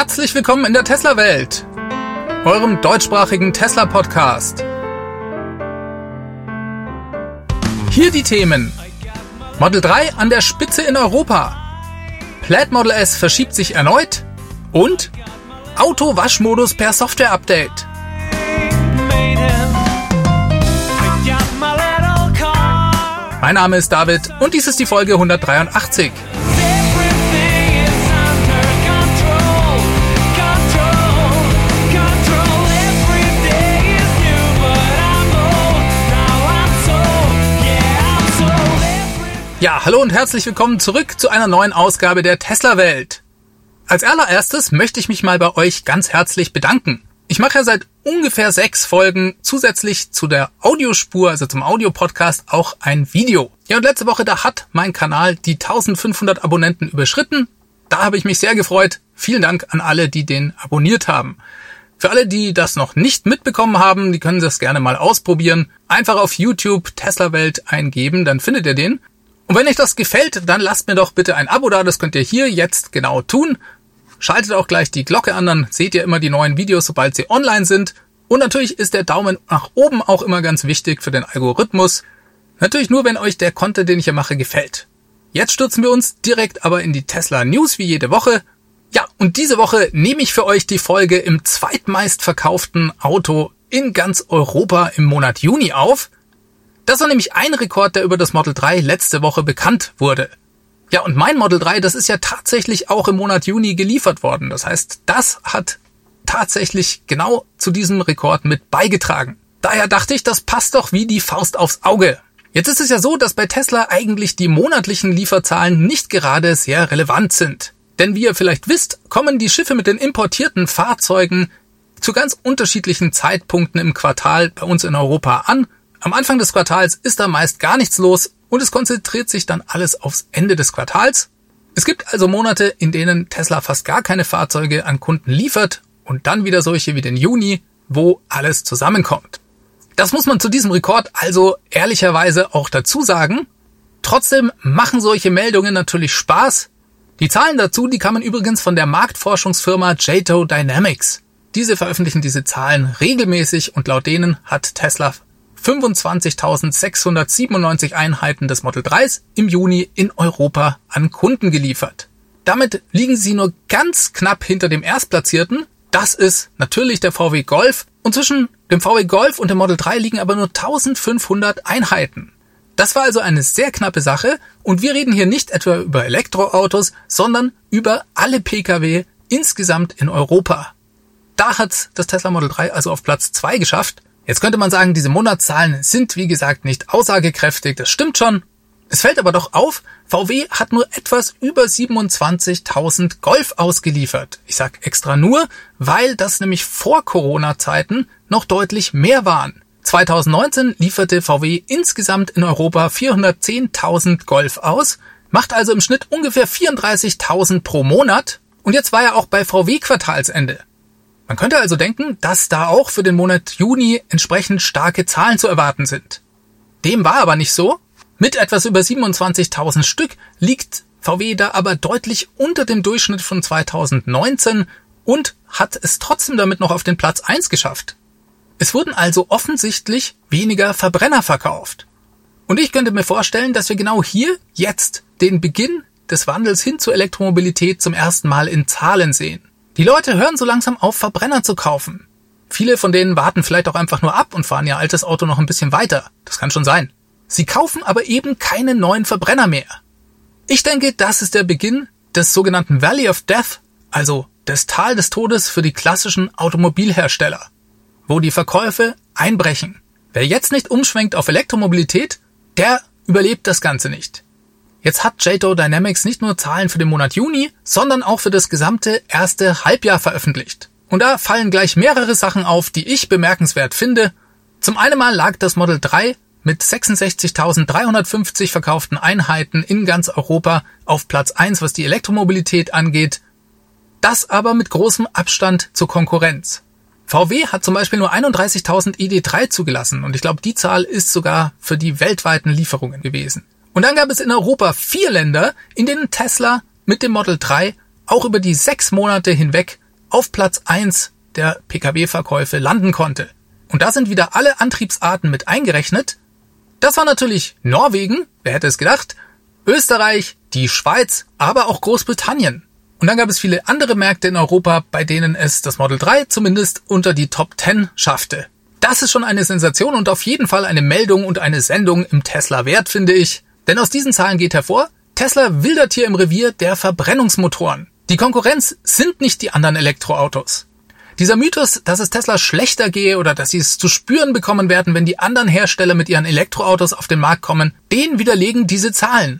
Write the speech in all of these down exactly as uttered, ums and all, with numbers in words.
Herzlich willkommen in der Tesla-Welt, eurem deutschsprachigen Tesla-Podcast. Hier die Themen: Model drei an der Spitze in Europa, Plaid Model S verschiebt sich erneut und Auto-Waschmodus per Software-Update. Mein Name ist David und dies ist die Folge hundertdreiundachtzig. Ja, hallo und herzlich willkommen zurück zu einer neuen Ausgabe der Tesla-Welt. Als allererstes möchte ich mich mal bei euch ganz herzlich bedanken. Ich mache ja seit ungefähr sechs Folgen zusätzlich zu der Audiospur, also zum Audiopodcast, auch ein Video. Ja, und letzte Woche, da hat mein Kanal die eintausendfünfhundert Abonnenten überschritten. Da habe ich mich sehr gefreut. Vielen Dank an alle, die den abonniert haben. Für alle, die das noch nicht mitbekommen haben, die können das gerne mal ausprobieren. Einfach auf YouTube Tesla-Welt eingeben, dann findet ihr den. Und wenn euch das gefällt, dann lasst mir doch bitte ein Abo da, das könnt ihr hier jetzt genau tun. Schaltet auch gleich die Glocke an, dann seht ihr immer die neuen Videos, sobald sie online sind. Und natürlich ist der Daumen nach oben auch immer ganz wichtig für den Algorithmus. Natürlich nur, wenn euch der Content, den ich hier mache, gefällt. Jetzt stürzen wir uns direkt aber in die Tesla News wie jede Woche. Ja, und diese Woche nehme ich für euch die Folge im zweitmeistverkauften Auto in ganz Europa im Monat Juni auf. Das war nämlich ein Rekord, der über das Model drei letzte Woche bekannt wurde. Ja, und mein Model drei, das ist ja tatsächlich auch im Monat Juni geliefert worden. Das heißt, das hat tatsächlich genau zu diesem Rekord mit beigetragen. Daher dachte ich, das passt doch wie die Faust aufs Auge. Jetzt ist es ja so, dass bei Tesla eigentlich die monatlichen Lieferzahlen nicht gerade sehr relevant sind. Denn wie ihr vielleicht wisst, kommen die Schiffe mit den importierten Fahrzeugen zu ganz unterschiedlichen Zeitpunkten im Quartal bei uns in Europa an. Am Anfang des Quartals ist da meist gar nichts los und es konzentriert sich dann alles aufs Ende des Quartals. Es gibt also Monate, in denen Tesla fast gar keine Fahrzeuge an Kunden liefert und dann wieder solche wie den Juni, wo alles zusammenkommt. Das muss man zu diesem Rekord also ehrlicherweise auch dazu sagen. Trotzdem machen solche Meldungen natürlich Spaß. Die Zahlen dazu, die kamen übrigens von der Marktforschungsfirma J T O Dynamics. Diese veröffentlichen diese Zahlen regelmäßig und laut denen hat Tesla fünfundzwanzigtausendsechshundertsiebenundneunzig Einheiten des Model dreis im Juni in Europa an Kunden geliefert. Damit liegen sie nur ganz knapp hinter dem Erstplatzierten. Das ist natürlich der V W Golf. Und zwischen dem V W Golf und dem Model drei liegen aber nur eintausendfünfhundert Einheiten. Das war also eine sehr knappe Sache. Und wir reden hier nicht etwa über Elektroautos, sondern über alle Pkw insgesamt in Europa. Da hat das Tesla Model drei also auf Platz zwei geschafft. Jetzt könnte man sagen, diese Monatszahlen sind wie gesagt nicht aussagekräftig, das stimmt schon. Es fällt aber doch auf, V W hat nur etwas über siebenundzwanzigtausend Golf ausgeliefert. Ich sag extra nur, weil das nämlich vor Corona-Zeiten noch deutlich mehr waren. zweitausendneunzehn lieferte V W insgesamt in Europa vierhundertzehntausend Golf aus, macht also im Schnitt ungefähr vierunddreißigtausend pro Monat und jetzt war ja auch bei V W Quartalsende. Man könnte also denken, dass da auch für den Monat Juni entsprechend starke Zahlen zu erwarten sind. Dem war aber nicht so. Mit etwas über siebenundzwanzigtausend Stück liegt V W da aber deutlich unter dem Durchschnitt von zweitausendneunzehn und hat es trotzdem damit noch auf den Platz eins geschafft. Es wurden also offensichtlich weniger Verbrenner verkauft. Und ich könnte mir vorstellen, dass wir genau hier jetzt den Beginn des Wandels hin zur Elektromobilität zum ersten Mal in Zahlen sehen. Die Leute hören so langsam auf, Verbrenner zu kaufen. Viele von denen warten vielleicht auch einfach nur ab und fahren ihr altes Auto noch ein bisschen weiter. Das kann schon sein. Sie kaufen aber eben keine neuen Verbrenner mehr. Ich denke, das ist der Beginn des sogenannten Valley of Death, also des Tal des Todes für die klassischen Automobilhersteller, wo die Verkäufe einbrechen. Wer jetzt nicht umschwenkt auf Elektromobilität, der überlebt das Ganze nicht. Jetzt hat J T O Dynamics nicht nur Zahlen für den Monat Juni, sondern auch für das gesamte erste Halbjahr veröffentlicht. Und da fallen gleich mehrere Sachen auf, die ich bemerkenswert finde. Zum einen mal lag das Model drei mit sechsundsechzigtausenddreihundertfünfzig verkauften Einheiten in ganz Europa auf Platz eins, was die Elektromobilität angeht. Das aber mit großem Abstand zur Konkurrenz. V W hat zum Beispiel nur einunddreißigtausend I D drei zugelassen und ich glaube, die Zahl ist sogar für die weltweiten Lieferungen gewesen. Und dann gab es in Europa vier Länder, in denen Tesla mit dem Model drei auch über die sechs Monate hinweg auf Platz eins der P K W-Verkäufe landen konnte. Und da sind wieder alle Antriebsarten mit eingerechnet. Das war natürlich Norwegen, wer hätte es gedacht, Österreich, die Schweiz, aber auch Großbritannien. Und dann gab es viele andere Märkte in Europa, bei denen es das Model drei zumindest unter die Top zehn schaffte. Das ist schon eine Sensation und auf jeden Fall eine Meldung und eine Sendung im Tesla wert, finde ich. Denn aus diesen Zahlen geht hervor, Tesla wildert hier im Revier der Verbrennungsmotoren. Die Konkurrenz sind nicht die anderen Elektroautos. Dieser Mythos, dass es Tesla schlechter gehe oder dass sie es zu spüren bekommen werden, wenn die anderen Hersteller mit ihren Elektroautos auf den Markt kommen, den widerlegen diese Zahlen.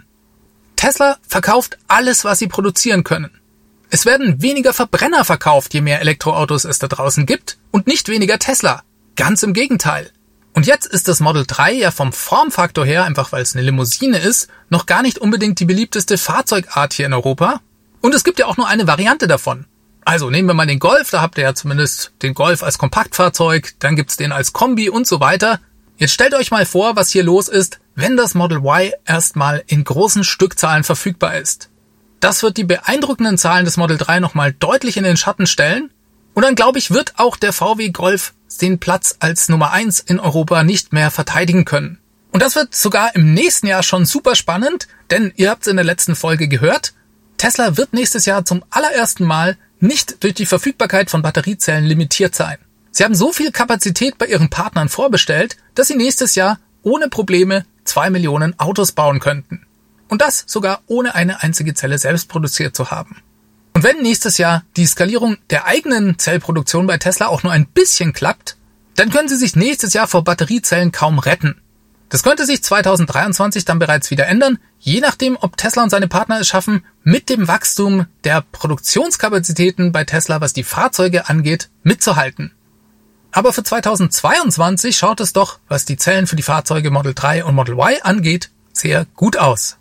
Tesla verkauft alles, was sie produzieren können. Es werden weniger Verbrenner verkauft, je mehr Elektroautos es da draußen gibt und nicht weniger Tesla. Ganz im Gegenteil. Und jetzt ist das Model drei ja vom Formfaktor her, einfach weil es eine Limousine ist, noch gar nicht unbedingt die beliebteste Fahrzeugart hier in Europa. Und es gibt ja auch nur eine Variante davon. Also nehmen wir mal den Golf, da habt ihr ja zumindest den Golf als Kompaktfahrzeug, dann gibt's den als Kombi und so weiter. Jetzt stellt euch mal vor, was hier los ist, wenn das Model Y erstmal in großen Stückzahlen verfügbar ist. Das wird die beeindruckenden Zahlen des Model drei nochmal deutlich in den Schatten stellen. Und dann, glaube ich, wird auch der V W Golf den Platz als Nummer eins in Europa nicht mehr verteidigen können. Und das wird sogar im nächsten Jahr schon super spannend, denn ihr habt es in der letzten Folge gehört, Tesla wird nächstes Jahr zum allerersten Mal nicht durch die Verfügbarkeit von Batteriezellen limitiert sein. Sie haben so viel Kapazität bei ihren Partnern vorbestellt, dass sie nächstes Jahr ohne Probleme zwei Millionen Autos bauen könnten. Und das sogar ohne eine einzige Zelle selbst produziert zu haben. Und wenn nächstes Jahr die Skalierung der eigenen Zellproduktion bei Tesla auch nur ein bisschen klappt, dann können sie sich nächstes Jahr vor Batteriezellen kaum retten. Das könnte sich zweitausenddreiundzwanzig dann bereits wieder ändern, je nachdem, ob Tesla und seine Partner es schaffen, mit dem Wachstum der Produktionskapazitäten bei Tesla, was die Fahrzeuge angeht, mitzuhalten. Aber für zweitausendzweiundzwanzig schaut es doch, was die Zellen für die Fahrzeuge Model drei und Model Y angeht, sehr gut aus.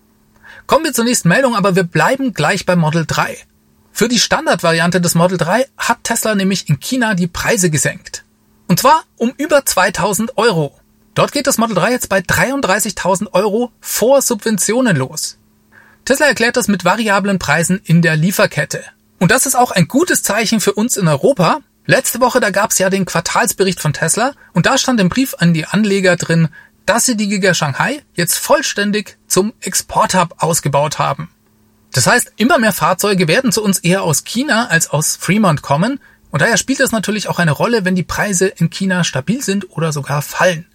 Kommen wir zur nächsten Meldung, aber wir bleiben gleich bei Model drei. Für die Standardvariante des Model drei hat Tesla nämlich in China die Preise gesenkt. Und zwar um über zweitausend Euro. Dort geht das Model drei jetzt bei dreiunddreißigtausend Euro vor Subventionen los. Tesla erklärt das mit variablen Preisen in der Lieferkette. Und das ist auch ein gutes Zeichen für uns in Europa. Letzte Woche, da gab es ja den Quartalsbericht von Tesla und da stand im Brief an die Anleger drin, dass sie die Giga Shanghai jetzt vollständig zum Exporthub ausgebaut haben. Das heißt, immer mehr Fahrzeuge werden zu uns eher aus China als aus Fremont kommen und daher spielt es natürlich auch eine Rolle, wenn die Preise in China stabil sind oder sogar fallen.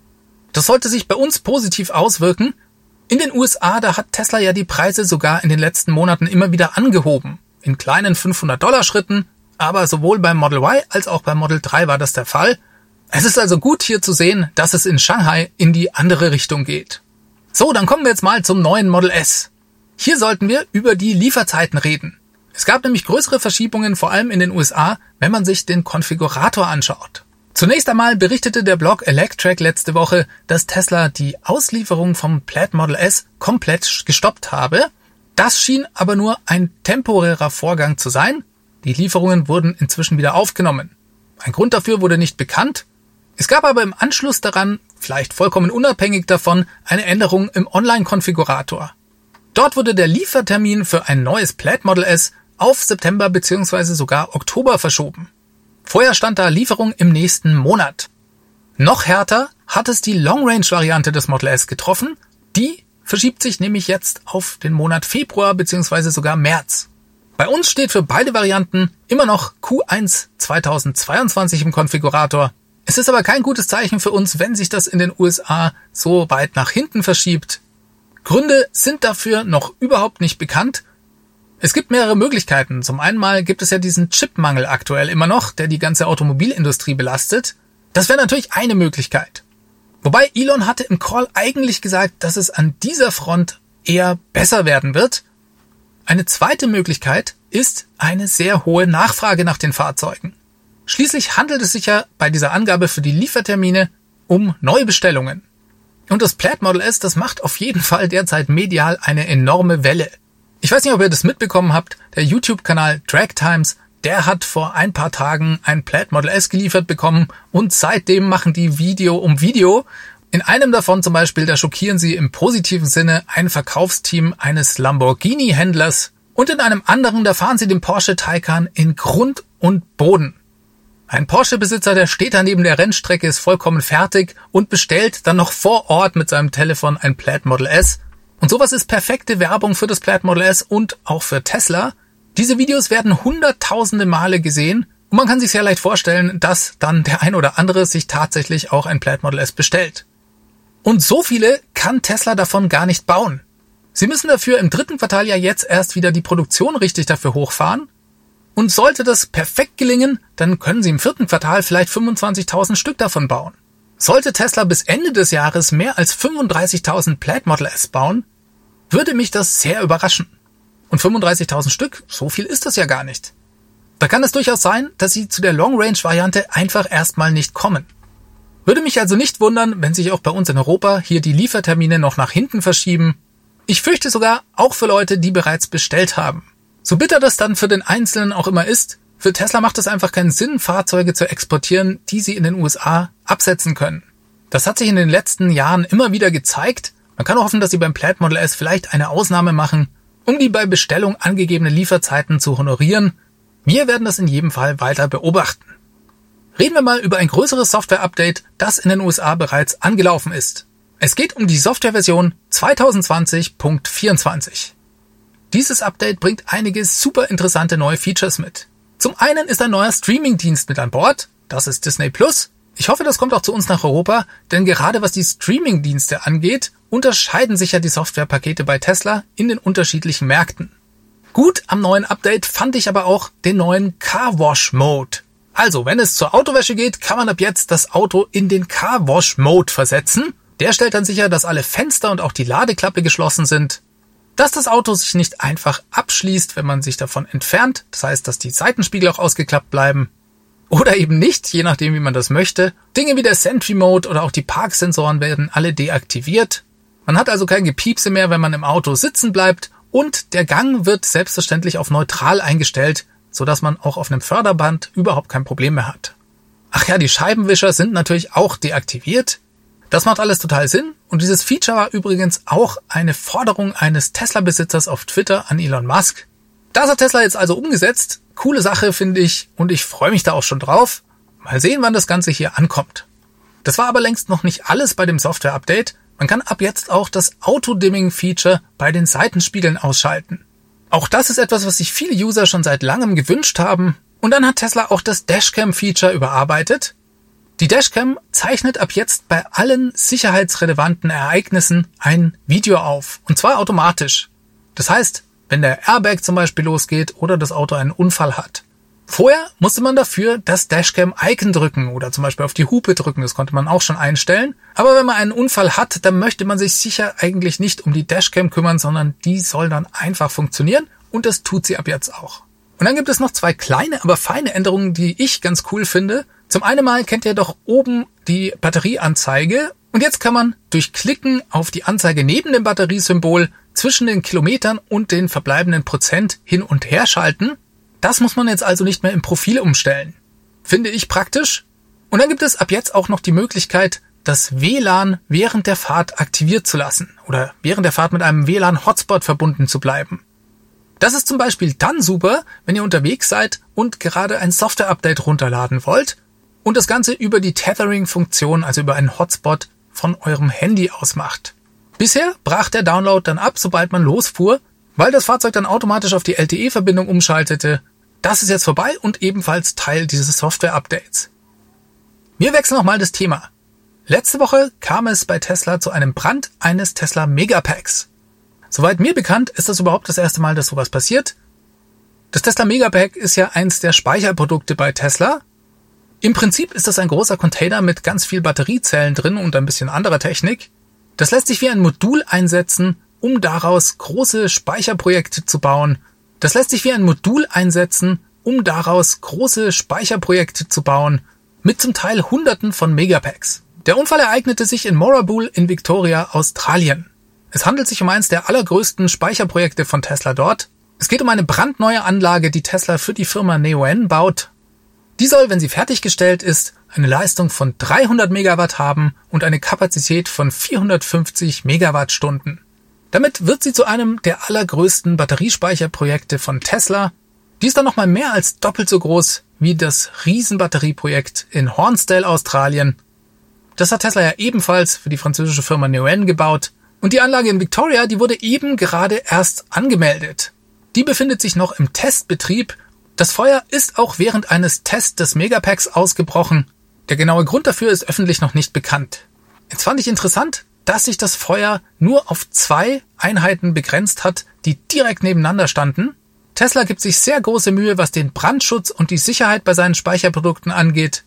Das sollte sich bei uns positiv auswirken. In den U S A, da hat Tesla ja die Preise sogar in den letzten Monaten immer wieder angehoben. In kleinen fünfhundert Dollar Schritten, aber sowohl beim Model Y als auch beim Model drei war das der Fall. Es ist also gut hier zu sehen, dass es in Shanghai in die andere Richtung geht. So, dann kommen wir jetzt mal zum neuen Model S. Hier sollten wir über die Lieferzeiten reden. Es gab nämlich größere Verschiebungen, vor allem in den U S A, wenn man sich den Konfigurator anschaut. Zunächst einmal berichtete der Blog Electrek letzte Woche, dass Tesla die Auslieferung vom Plaid Model S komplett gestoppt habe. Das schien aber nur ein temporärer Vorgang zu sein. Die Lieferungen wurden inzwischen wieder aufgenommen. Ein Grund dafür wurde nicht bekannt. Es gab aber im Anschluss daran, vielleicht vollkommen unabhängig davon, eine Änderung im Online-Konfigurator. Dort wurde der Liefertermin für ein neues Plaid Model S auf September bzw. sogar Oktober verschoben. Vorher stand da Lieferung im nächsten Monat. Noch härter hat es die Long-Range-Variante des Model S getroffen. Die verschiebt sich nämlich jetzt auf den Monat Februar bzw. sogar März. Bei uns steht für beide Varianten immer noch Q eins zweitausendzweiundzwanzig im Konfigurator. Es ist aber kein gutes Zeichen für uns, wenn sich das in den U S A so weit nach hinten verschiebt. Gründe sind dafür noch überhaupt nicht bekannt. Es gibt mehrere Möglichkeiten. Zum einen mal gibt es ja diesen Chipmangel aktuell immer noch, der die ganze Automobilindustrie belastet. Das wäre natürlich eine Möglichkeit. Wobei Elon hatte im Call eigentlich gesagt, dass es an dieser Front eher besser werden wird. Eine zweite Möglichkeit ist eine sehr hohe Nachfrage nach den Fahrzeugen. Schließlich handelt es sich ja bei dieser Angabe für die Liefertermine um Neubestellungen. Und das Plaid Model S, das macht auf jeden Fall derzeit medial eine enorme Welle. Ich weiß nicht, ob ihr das mitbekommen habt, der YouTube-Kanal Drag Times, der hat vor ein paar Tagen ein Plaid Model S geliefert bekommen und seitdem machen die Video um Video. In einem davon zum Beispiel, da schockieren sie im positiven Sinne ein Verkaufsteam eines Lamborghini-Händlers Und in einem anderen, da fahren sie den Porsche Taycan in Grund und Boden. Ein Porsche-Besitzer, der steht da neben der Rennstrecke, ist vollkommen fertig und bestellt dann noch vor Ort mit seinem Telefon ein Plaid Model S. Und sowas ist perfekte Werbung für das Plaid Model S und auch für Tesla. Diese Videos werden hunderttausende Male gesehen und man kann sich sehr leicht vorstellen, dass dann der ein oder andere sich tatsächlich auch ein Plaid Model S bestellt. Und so viele kann Tesla davon gar nicht bauen. Sie müssen dafür im dritten Quartal ja jetzt erst wieder die Produktion richtig dafür hochfahren. Und sollte das perfekt gelingen, dann können sie im vierten Quartal vielleicht fünfundzwanzigtausend Stück davon bauen. Sollte Tesla bis Ende des Jahres mehr als fünfunddreißigtausend Plaid Model S bauen, würde mich das sehr überraschen. Und fünfunddreißigtausend Stück, so viel ist das ja gar nicht. Da kann es durchaus sein, dass sie zu der Long-Range-Variante einfach erstmal nicht kommen. Würde mich also nicht wundern, wenn sich auch bei uns in Europa hier die Liefertermine noch nach hinten verschieben. Ich fürchte sogar auch für Leute, die bereits bestellt haben. So bitter das dann für den Einzelnen auch immer ist, für Tesla macht es einfach keinen Sinn, Fahrzeuge zu exportieren, die sie in den U S A absetzen können. Das hat sich in den letzten Jahren immer wieder gezeigt. Man kann auch hoffen, dass sie beim Plaid Model S vielleicht eine Ausnahme machen, um die bei Bestellung angegebenen Lieferzeiten zu honorieren. Wir werden das in jedem Fall weiter beobachten. Reden wir mal über ein größeres Software-Update, das in den U S A bereits angelaufen ist. Es geht um die Softwareversion zwanzig zwanzig Punkt vierundzwanzig. Dieses Update bringt einige super interessante neue Features mit. Zum einen ist ein neuer Streaming-Dienst mit an Bord, das ist Disney Plus. Ich hoffe, das kommt auch zu uns nach Europa, denn gerade was die Streaming-Dienste angeht, unterscheiden sich ja die Softwarepakete bei Tesla in den unterschiedlichen Märkten. Gut am neuen Update fand ich aber auch den neuen Car Wash Mode. Also, wenn es zur Autowäsche geht, kann man ab jetzt das Auto in den Car Wash Mode versetzen. Der stellt dann sicher, dass alle Fenster und auch die Ladeklappe geschlossen sind, dass das Auto sich nicht einfach abschließt, wenn man sich davon entfernt, das heißt, dass die Seitenspiegel auch ausgeklappt bleiben, oder eben nicht, je nachdem, wie man das möchte. Dinge wie der Sentry Mode oder auch die Parksensoren werden alle deaktiviert. Man hat also kein Gepiepse mehr, wenn man im Auto sitzen bleibt, und der Gang wird selbstverständlich auf neutral eingestellt, sodass man auch auf einem Förderband überhaupt kein Problem mehr hat. Ach ja, die Scheibenwischer sind natürlich auch deaktiviert. Das macht alles total Sinn und dieses Feature war übrigens auch eine Forderung eines Tesla-Besitzers auf Twitter an Elon Musk. Das hat Tesla jetzt also umgesetzt. Coole Sache, finde ich, und ich freue mich da auch schon drauf. Mal sehen, wann das Ganze hier ankommt. Das war aber längst noch nicht alles bei dem Software-Update. Man kann ab jetzt auch das Auto-Dimming-Feature bei den Seitenspiegeln ausschalten. Auch das ist etwas, was sich viele User schon seit langem gewünscht haben. Und dann hat Tesla auch das Dashcam-Feature überarbeitet. Die Dashcam zeichnet ab jetzt bei allen sicherheitsrelevanten Ereignissen ein Video auf, und zwar automatisch. Das heißt, wenn der Airbag zum Beispiel losgeht oder das Auto einen Unfall hat. Vorher musste man dafür das Dashcam-Icon drücken oder zum Beispiel auf die Hupe drücken, das konnte man auch schon einstellen. Aber wenn man einen Unfall hat, dann möchte man sich sicher eigentlich nicht um die Dashcam kümmern, sondern die soll dann einfach funktionieren, und das tut sie ab jetzt auch. Und dann gibt es noch zwei kleine, aber feine Änderungen, die ich ganz cool finde. Zum einen mal kennt ihr doch oben die Batterieanzeige, und jetzt kann man durch Klicken auf die Anzeige neben dem Batteriesymbol zwischen den Kilometern und den verbleibenden Prozent hin und her schalten. Das muss man jetzt also nicht mehr im Profil umstellen. Finde ich praktisch. Und dann gibt es ab jetzt auch noch die Möglichkeit, das W L A N während der Fahrt aktiviert zu lassen oder während der Fahrt mit einem W L A N-Hotspot verbunden zu bleiben. Das ist zum Beispiel dann super, wenn ihr unterwegs seid und gerade ein Software-Update runterladen wollt und das Ganze über die Tethering-Funktion, also über einen Hotspot von eurem Handy aus macht. Bisher brach der Download dann ab, sobald man losfuhr, weil das Fahrzeug dann automatisch auf die L T E-Verbindung umschaltete. Das ist jetzt vorbei und ebenfalls Teil dieses Software-Updates. Wir wechseln nochmal das Thema. Letzte Woche kam es bei Tesla zu einem Brand eines Tesla Megapacks. Soweit mir bekannt, ist das überhaupt das erste Mal, dass sowas passiert. Das Tesla Megapack ist ja eins der Speicherprodukte bei Tesla. Im Prinzip ist das ein großer Container mit ganz viel Batteriezellen drin und ein bisschen anderer Technik. Das lässt sich wie ein Modul einsetzen, um daraus große Speicherprojekte zu bauen. Das lässt sich wie ein Modul einsetzen, um daraus große Speicherprojekte zu bauen, mit zum Teil Hunderten von Megapacks. Der Unfall ereignete sich in Moorabool in Victoria, Australien. Es handelt sich um eines der allergrößten Speicherprojekte von Tesla dort. Es geht um eine brandneue Anlage, die Tesla für die Firma Neoen baut. Die soll, wenn sie fertiggestellt ist, eine Leistung von dreihundert Megawatt haben und eine Kapazität von vierhundertfünfzig Megawattstunden. Damit wird sie zu einem der allergrößten Batteriespeicherprojekte von Tesla. Die ist dann nochmal mehr als doppelt so groß wie das Riesenbatterieprojekt in Hornsdale, Australien. Das hat Tesla ja ebenfalls für die französische Firma Neoen gebaut. Und die Anlage in Victoria, die wurde eben gerade erst angemeldet. Die befindet sich noch im Testbetrieb. Das Feuer ist auch während eines Tests des Megapacks ausgebrochen. Der genaue Grund dafür ist öffentlich noch nicht bekannt. Jetzt fand ich interessant, dass sich das Feuer nur auf zwei Einheiten begrenzt hat, die direkt nebeneinander standen. Tesla gibt sich sehr große Mühe, was den Brandschutz und die Sicherheit bei seinen Speicherprodukten angeht.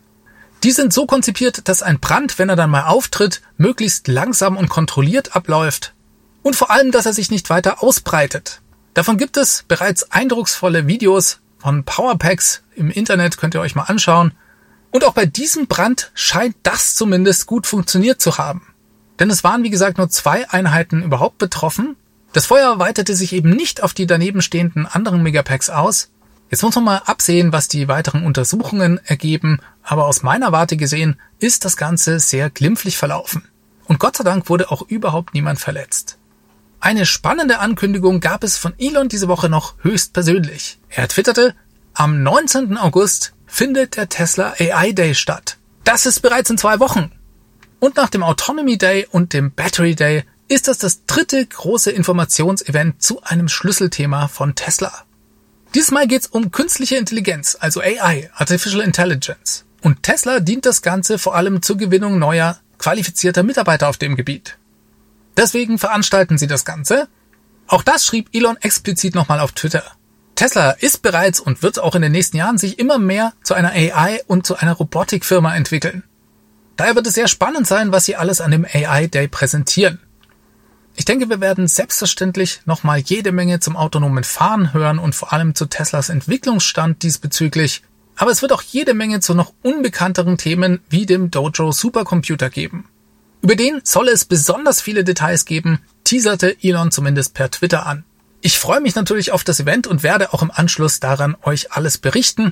Die sind so konzipiert, dass ein Brand, wenn er dann mal auftritt, möglichst langsam und kontrolliert abläuft. Und vor allem, dass er sich nicht weiter ausbreitet. Davon gibt es bereits eindrucksvolle Videos von Powerpacks im Internet, könnt ihr euch mal anschauen. Und auch bei diesem Brand scheint das zumindest gut funktioniert zu haben. Denn es waren, wie gesagt, nur zwei Einheiten überhaupt betroffen. Das Feuer weitete sich eben nicht auf die daneben stehenden anderen Megapacks aus. Jetzt muss man mal absehen, was die weiteren Untersuchungen ergeben, aber aus meiner Warte gesehen ist das Ganze sehr glimpflich verlaufen. Und Gott sei Dank wurde auch überhaupt niemand verletzt. Eine spannende Ankündigung gab es von Elon diese Woche noch höchstpersönlich. Er twitterte, am neunzehnten August findet der Tesla A I Day statt. Das ist bereits in zwei Wochen. Und nach dem Autonomy Day und dem Battery Day ist das das dritte große Informationsevent zu einem Schlüsselthema von Tesla. Dieses Mal geht's um künstliche Intelligenz, also A I, Artificial Intelligence. Und Tesla dient das Ganze vor allem zur Gewinnung neuer, qualifizierter Mitarbeiter auf dem Gebiet. Deswegen veranstalten sie das Ganze. Auch das schrieb Elon explizit nochmal auf Twitter. Tesla ist bereits und wird auch in den nächsten Jahren sich immer mehr zu einer A I und zu einer Robotikfirma entwickeln. Daher wird es sehr spannend sein, was sie alles an dem A I Day präsentieren. Ich denke, wir werden selbstverständlich nochmal jede Menge zum autonomen Fahren hören und vor allem zu Teslas Entwicklungsstand diesbezüglich. Aber es wird auch jede Menge zu noch unbekannteren Themen wie dem Dojo Supercomputer geben. Über den soll es besonders viele Details geben, teaserte Elon zumindest per Twitter an. Ich freue mich natürlich auf das Event und werde auch im Anschluss daran euch alles berichten.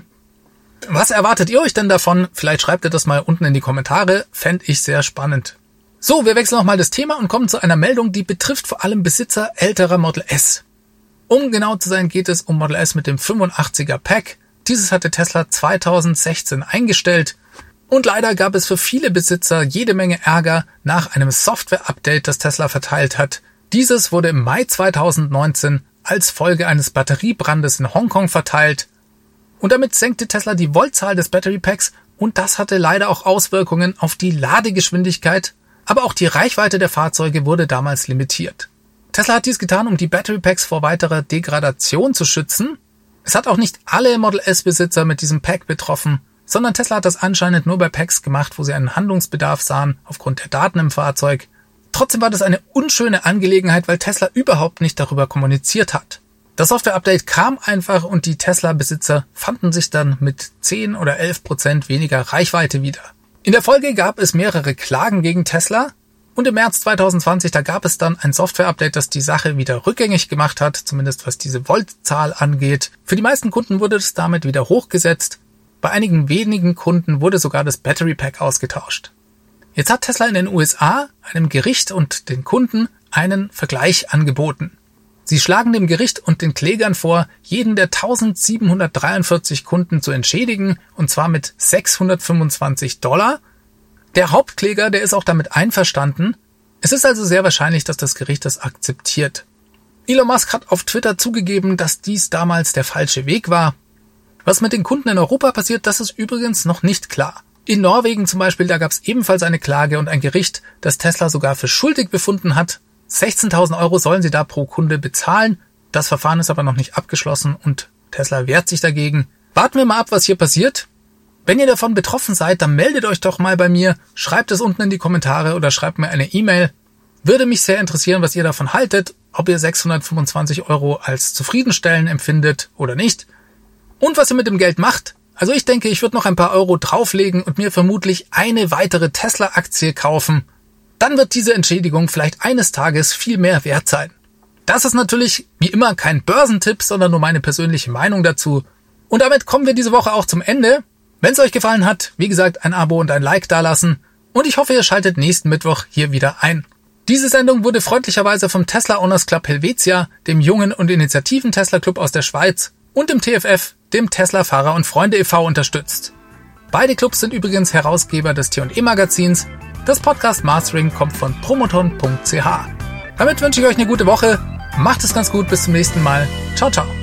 Was erwartet ihr euch denn davon? Vielleicht schreibt ihr das mal unten in die Kommentare, fände ich sehr spannend. So, wir wechseln nochmal das Thema und kommen zu einer Meldung, die betrifft vor allem Besitzer älterer Model S. Um genau zu sein, geht es um Model S mit dem fünfundachtziger Pack. Dieses hatte Tesla zweitausendsechzehn eingestellt. Und leider gab es für viele Besitzer jede Menge Ärger nach einem Software-Update, das Tesla verteilt hat. Dieses wurde im Mai zweitausendneunzehn als Folge eines Batteriebrandes in Hongkong verteilt. Und damit senkte Tesla die Voltzahl des Battery Packs und das hatte leider auch Auswirkungen auf die Ladegeschwindigkeit, aber auch die Reichweite der Fahrzeuge wurde damals limitiert. Tesla hat dies getan, um die Battery Packs vor weiterer Degradation zu schützen. Es hat auch nicht alle Model S-Besitzer mit diesem Pack betroffen, sondern Tesla hat das anscheinend nur bei Packs gemacht, wo sie einen Handlungsbedarf sahen, aufgrund der Daten im Fahrzeug. Trotzdem war das eine unschöne Angelegenheit, weil Tesla überhaupt nicht darüber kommuniziert hat. Das Software-Update kam einfach und die Tesla-Besitzer fanden sich dann mit zehn oder elf Prozent weniger Reichweite wieder. In der Folge gab es mehrere Klagen gegen Tesla und im März zweitausendzwanzig, da gab es dann ein Software-Update, das die Sache wieder rückgängig gemacht hat, zumindest was diese Voltzahl angeht. Für die meisten Kunden wurde es damit wieder hochgesetzt. Bei einigen wenigen Kunden wurde sogar das Battery Pack ausgetauscht. Jetzt hat Tesla in den U S A einem Gericht und den Kunden einen Vergleich angeboten. Sie schlagen dem Gericht und den Klägern vor, jeden der eintausendsiebenhundertdreiundvierzig Kunden zu entschädigen, und zwar mit sechshundertfünfundzwanzig Dollar. Der Hauptkläger, der ist auch damit einverstanden. Es ist also sehr wahrscheinlich, dass das Gericht das akzeptiert. Elon Musk hat auf Twitter zugegeben, dass dies damals der falsche Weg war. Was mit den Kunden in Europa passiert, das ist übrigens noch nicht klar. In Norwegen zum Beispiel, da gab es ebenfalls eine Klage und ein Gericht, das Tesla sogar für schuldig befunden hat. sechzehntausend Euro sollen sie da pro Kunde bezahlen. Das Verfahren ist aber noch nicht abgeschlossen und Tesla wehrt sich dagegen. Warten wir mal ab, was hier passiert. Wenn ihr davon betroffen seid, dann meldet euch doch mal bei mir. Schreibt es unten in die Kommentare oder schreibt mir eine E-Mail. Würde mich sehr interessieren, was ihr davon haltet, ob ihr sechshundertfünfundzwanzig Euro als zufriedenstellend empfindet oder nicht. Und was ihr mit dem Geld macht. Also ich denke, ich würde noch ein paar Euro drauflegen und mir vermutlich eine weitere Tesla-Aktie kaufen. Dann wird diese Entschädigung vielleicht eines Tages viel mehr wert sein. Das ist natürlich wie immer kein Börsentipp, sondern nur meine persönliche Meinung dazu. Und damit kommen wir diese Woche auch zum Ende. Wenn es euch gefallen hat, wie gesagt, ein Abo und ein Like dalassen. Und ich hoffe, ihr schaltet nächsten Mittwoch hier wieder ein. Diese Sendung wurde freundlicherweise vom Tesla Owners Club Helvetia, dem Jungen- und Initiativen-Tesla-Club aus der Schweiz und dem T F F, dem Tesla-Fahrer- und Freunde e V unterstützt. Beide Clubs sind übrigens Herausgeber des T und E-Magazins. Das Podcast Mastering kommt von promoton punkt c h. Damit wünsche ich euch eine gute Woche. Macht es ganz gut. Bis zum nächsten Mal. Ciao, ciao.